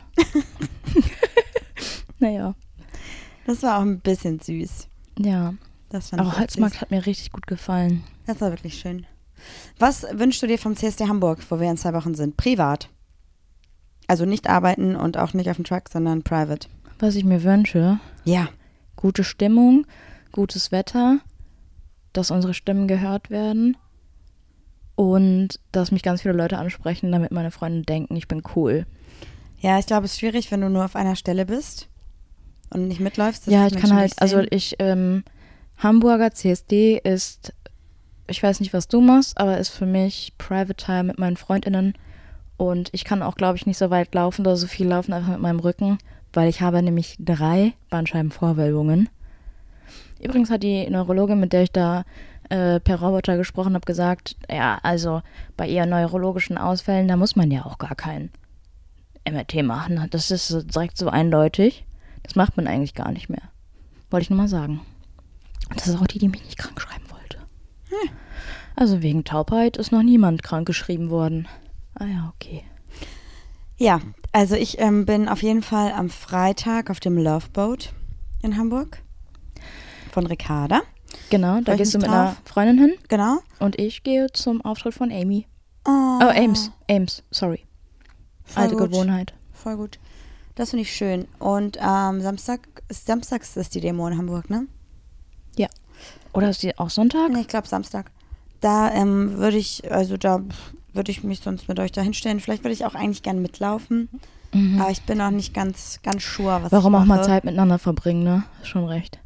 Naja. Das war auch ein bisschen süß. Ja. Das fand Aber ich Holzmarkt süß. hat mir richtig gut gefallen. Das war wirklich schön. Was wünschst du dir vom C S D Hamburg, wo wir in zwei Wochen sind? Privat. Also nicht arbeiten und auch nicht auf dem Truck, sondern private. Was ich mir wünsche, Ja. gute Stimmung, gutes Wetter, dass unsere Stimmen gehört werden und dass mich ganz viele Leute ansprechen, damit meine Freunde denken, ich bin cool. Ja, ich glaube, es ist schwierig, wenn du nur auf einer Stelle bist und nicht mitläufst. dass Ja, die ich kann Menschen halt, dich also sehen. ich, ähm, Hamburger C S D ist, ich weiß nicht, was du machst, aber ist für mich Private Time mit meinen FreundInnen und ich kann auch, glaube ich, nicht so weit laufen oder so viel laufen, einfach mit meinem Rücken, weil ich habe nämlich drei Bandscheibenvorwölbungen. Übrigens hat die Neurologin, mit der ich da äh, per Roboter gesprochen habe, gesagt, ja, also bei ihren neurologischen Ausfällen, da muss man ja auch gar keinen M R T machen. Das ist so- direkt so eindeutig. Das macht man eigentlich gar nicht mehr. Wollte ich nur mal sagen. Und das ist auch die, die mich nicht krank schreiben wollte. Also wegen Taubheit ist noch niemand krank geschrieben worden. Ah ja, okay. Ja, also ich ähm, bin auf jeden Fall am Freitag auf dem Love Boat in Hamburg von Ricarda. Genau, da Freu ich gehst du mich mit drauf. einer Freundin hin Genau. und ich gehe zum Auftritt von Amy. Oh, Oh, Ames. Ames, sorry. Voll Alte gut. Gewohnheit. Voll gut. Das finde ich schön. Und ähm, Samstag, Samstags ist die Demo in Hamburg, ne? Ja. Oder ist die auch Sonntag? Nee, ich glaube Samstag. Da ähm, würde ich, also da würde ich mich sonst mit euch da hinstellen. Vielleicht würde ich auch eigentlich gerne mitlaufen. Mhm. Aber ich bin auch nicht ganz, ganz sure, was Warum ich auch mache. mal Zeit miteinander verbringen, ne? Ist schon recht.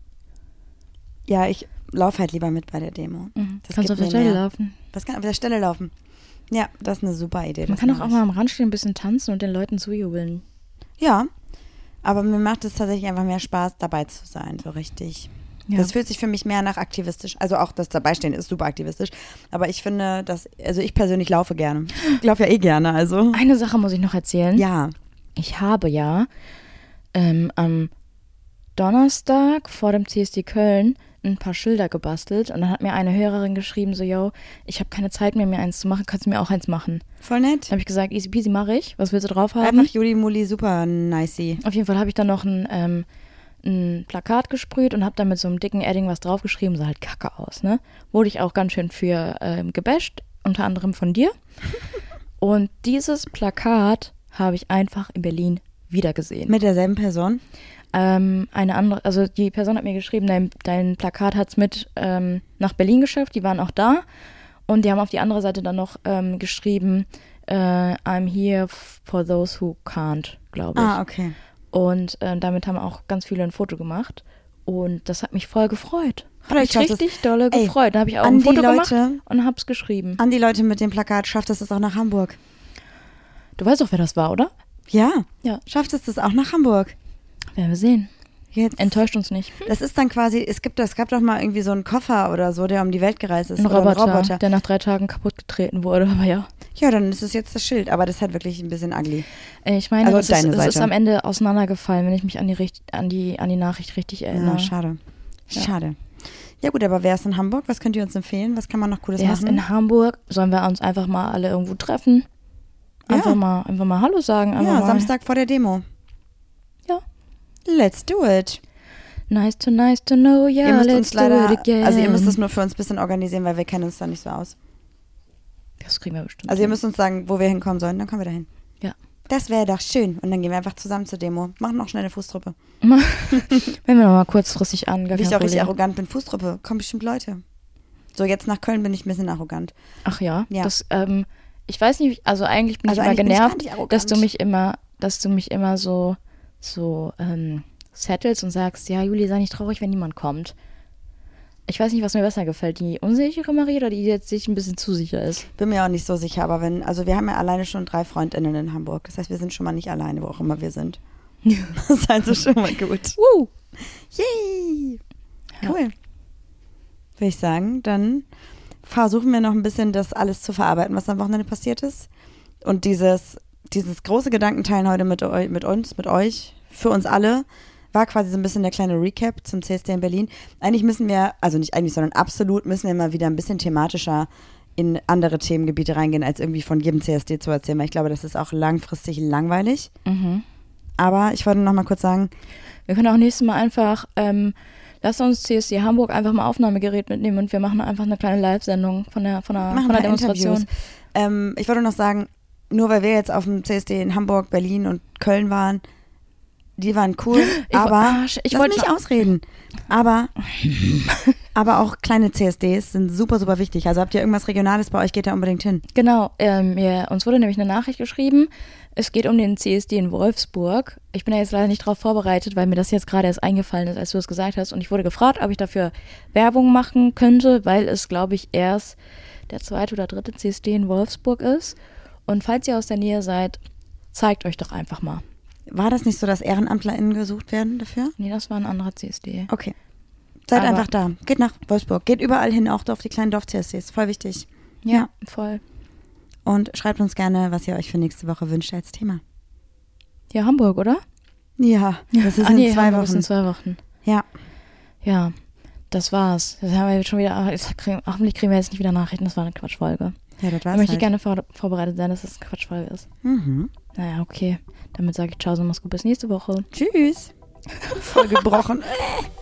Ja, ich laufe halt lieber mit bei der Demo. Mhm. Das Kannst du auf gibt der mir Stelle mehr. laufen. Was kann auf der Stelle laufen? Ja, das ist eine super Idee. Man das kann auch, mach auch ich. mal am Rand stehen, ein bisschen tanzen und den Leuten zujubeln. Ja, aber mir macht es tatsächlich einfach mehr Spaß, dabei zu sein, so richtig. Ja. Das fühlt sich für mich mehr nach aktivistisch, also auch das Dabeistehen ist super aktivistisch, aber ich finde, dass, also ich persönlich laufe gerne. Ich laufe ja eh gerne, also. Eine Sache muss ich noch erzählen. Ja. Ich habe ja ähm, am Donnerstag vor dem C S D Köln ein paar Schilder gebastelt und dann hat mir eine Hörerin geschrieben, so, yo, ich habe keine Zeit mehr, mir eins zu machen, kannst du mir auch eins machen? Voll nett. Dann habe ich gesagt, easy peasy mache ich, was willst du drauf haben? Einfach Juli Muli, super nicey. Auf jeden Fall habe ich dann noch ein, ähm, ein Plakat gesprüht und habe dann mit so einem dicken Edding was draufgeschrieben, sah halt kacke aus, ne? Wurde ich auch ganz schön für ähm, gebasht, unter anderem von dir. Und dieses Plakat habe ich einfach in Berlin wiedergesehen. Mit derselben Person? Ähm, eine andere, also die Person hat mir geschrieben, dein, dein Plakat hat es mit ähm, nach Berlin geschafft, die waren auch da und die haben auf die andere Seite dann noch ähm, geschrieben, äh, I'm here for those who can't, glaube ich. Ah, okay. Und äh, damit haben auch ganz viele ein Foto gemacht und das hat mich voll gefreut. Hat Vielleicht mich schafft richtig dolle Ey, gefreut. Da habe ich auch an ein die Foto Leute- gemacht und hab's geschrieben. An die Leute mit dem Plakat, schafft es das auch nach Hamburg? Du weißt doch, wer das war, oder? Ja. Ja. Schafft es das auch nach Hamburg? Werden wir sehen. Jetzt. Enttäuscht uns nicht. Das ist dann quasi, es gibt, es gab doch mal irgendwie so einen Koffer oder so, der um die Welt gereist ist. Ein oder Roboter, ein Roboter. der nach drei Tagen kaputt getreten wurde, aber ja. Ja, dann ist es jetzt das Schild, aber das ist halt wirklich ein bisschen ugly. Äh, Ich meine, Also es, ist, deine es ist Seite. am Ende auseinandergefallen, wenn ich mich an die, Richt an die, an die Nachricht richtig erinnere. Ja, schade. Ja. Schade. Ja gut, aber wer ist in Hamburg? Was könnt ihr uns empfehlen? Was kann man noch Cooles Wer ist machen? in Hamburg? Sollen wir uns einfach mal alle irgendwo treffen? Einfach, Ja. mal, einfach mal Hallo sagen. Einfach Ja, mal. Samstag vor der Demo. Ja. Let's do it. Nice to nice to know, ihr yeah, müsst let's uns do leider, it again. also ihr müsst es nur für uns ein bisschen organisieren, weil wir kennen uns da nicht so aus. Das kriegen wir bestimmt. Also ihr hin. müsst uns sagen, wo wir hinkommen sollen, dann kommen wir dahin. Ja. Das wäre doch schön. Und dann gehen wir einfach zusammen zur Demo. Machen noch schnell eine Fußtruppe. Wenn wir noch mal kurzfristig an, gar Wie ich kein auch richtig Problem. arrogant bin. Fußtruppe, kommen bestimmt Leute. So, jetzt nach Köln bin ich ein bisschen arrogant. Ach ja, Ja. das, ähm, ich weiß nicht, also eigentlich bin Also ich immer eigentlich bin ich gar genervt, nicht arrogant. dass du mich immer, dass du mich immer so, so, ähm, settelst und sagst, ja, Juli, sei nicht traurig, wenn niemand kommt. Ich weiß nicht, was mir besser gefällt, die unsichere Marie oder die, die jetzt sich ein bisschen zu sicher ist. Bin mir auch nicht so sicher, aber wenn, also wir haben ja alleine schon drei FreundInnen in Hamburg. Das heißt, wir sind schon mal nicht alleine, wo auch immer wir sind. Das ist also schon mal gut. Woo! Yay! Ja. Cool. Würde ich sagen, dann versuchen wir noch ein bisschen das alles zu verarbeiten, was am Wochenende passiert ist. Und dieses, dieses große Gedankenteilen heute mit, eu, mit uns, mit euch, für uns alle, war quasi so ein bisschen der kleine Recap zum C S D in Berlin. Eigentlich müssen wir, also nicht eigentlich, sondern absolut müssen wir mal wieder ein bisschen thematischer in andere Themengebiete reingehen, als irgendwie von jedem C S D zu erzählen, weil ich glaube, das ist auch langfristig langweilig. Mhm. Aber ich wollte noch mal kurz sagen, Wir können auch nächstes Mal einfach, ähm, lasst uns C S D Hamburg einfach mal Aufnahmegerät mitnehmen und wir machen einfach eine kleine Live-Sendung von der, von der, machen von der wir Demonstration. Interviews. Ähm, ich wollte noch sagen, nur weil wir jetzt auf dem C S D in Hamburg, Berlin und Köln waren, die waren cool, Ich wo- aber ah, sch- ich lass wollte mich noch- ausreden. Aber, aber auch kleine C S Ds sind super, super wichtig. Also habt ihr irgendwas Regionales bei euch, geht da unbedingt hin. Genau, ähm, mir, uns wurde nämlich eine Nachricht geschrieben, es geht um den C S D in Wolfsburg. Ich bin da jetzt leider nicht drauf vorbereitet, weil mir das jetzt gerade erst eingefallen ist, als du es gesagt hast. Und ich wurde gefragt, ob ich dafür Werbung machen könnte, weil es, glaube ich, erst der zweite oder dritte C S D in Wolfsburg ist. Und falls ihr aus der Nähe seid, zeigt euch doch einfach mal. War das nicht so, dass EhrenamtlerInnen gesucht werden dafür? Nee, das war ein anderer C S D. Okay. Seid Aber- einfach da. Geht nach Wolfsburg. Geht überall hin, auch auf die kleinen Dorf-C S Ds. Voll wichtig. Ja, voll. Und schreibt uns gerne, was ihr euch für nächste Woche wünscht als Thema. Ja, Hamburg, oder? Ja, das ist Ah, in nee, zwei Hamburg ist Wochen. in zwei Wochen. Ja. Ja, das war's. Das haben wir jetzt schon wieder. ach, Jetzt kriegen, hoffentlich kriegen wir jetzt nicht wieder Nachrichten. Das war eine Quatschfolge. Ja, das Da war's möchte ich halt. gerne vor, vorbereitet sein, dass es eine Quatschfolge ist. Mhm. Naja, okay. Damit sage ich ciao, so mach's gut. Bis nächste Woche. Tschüss. Voll gebrochen.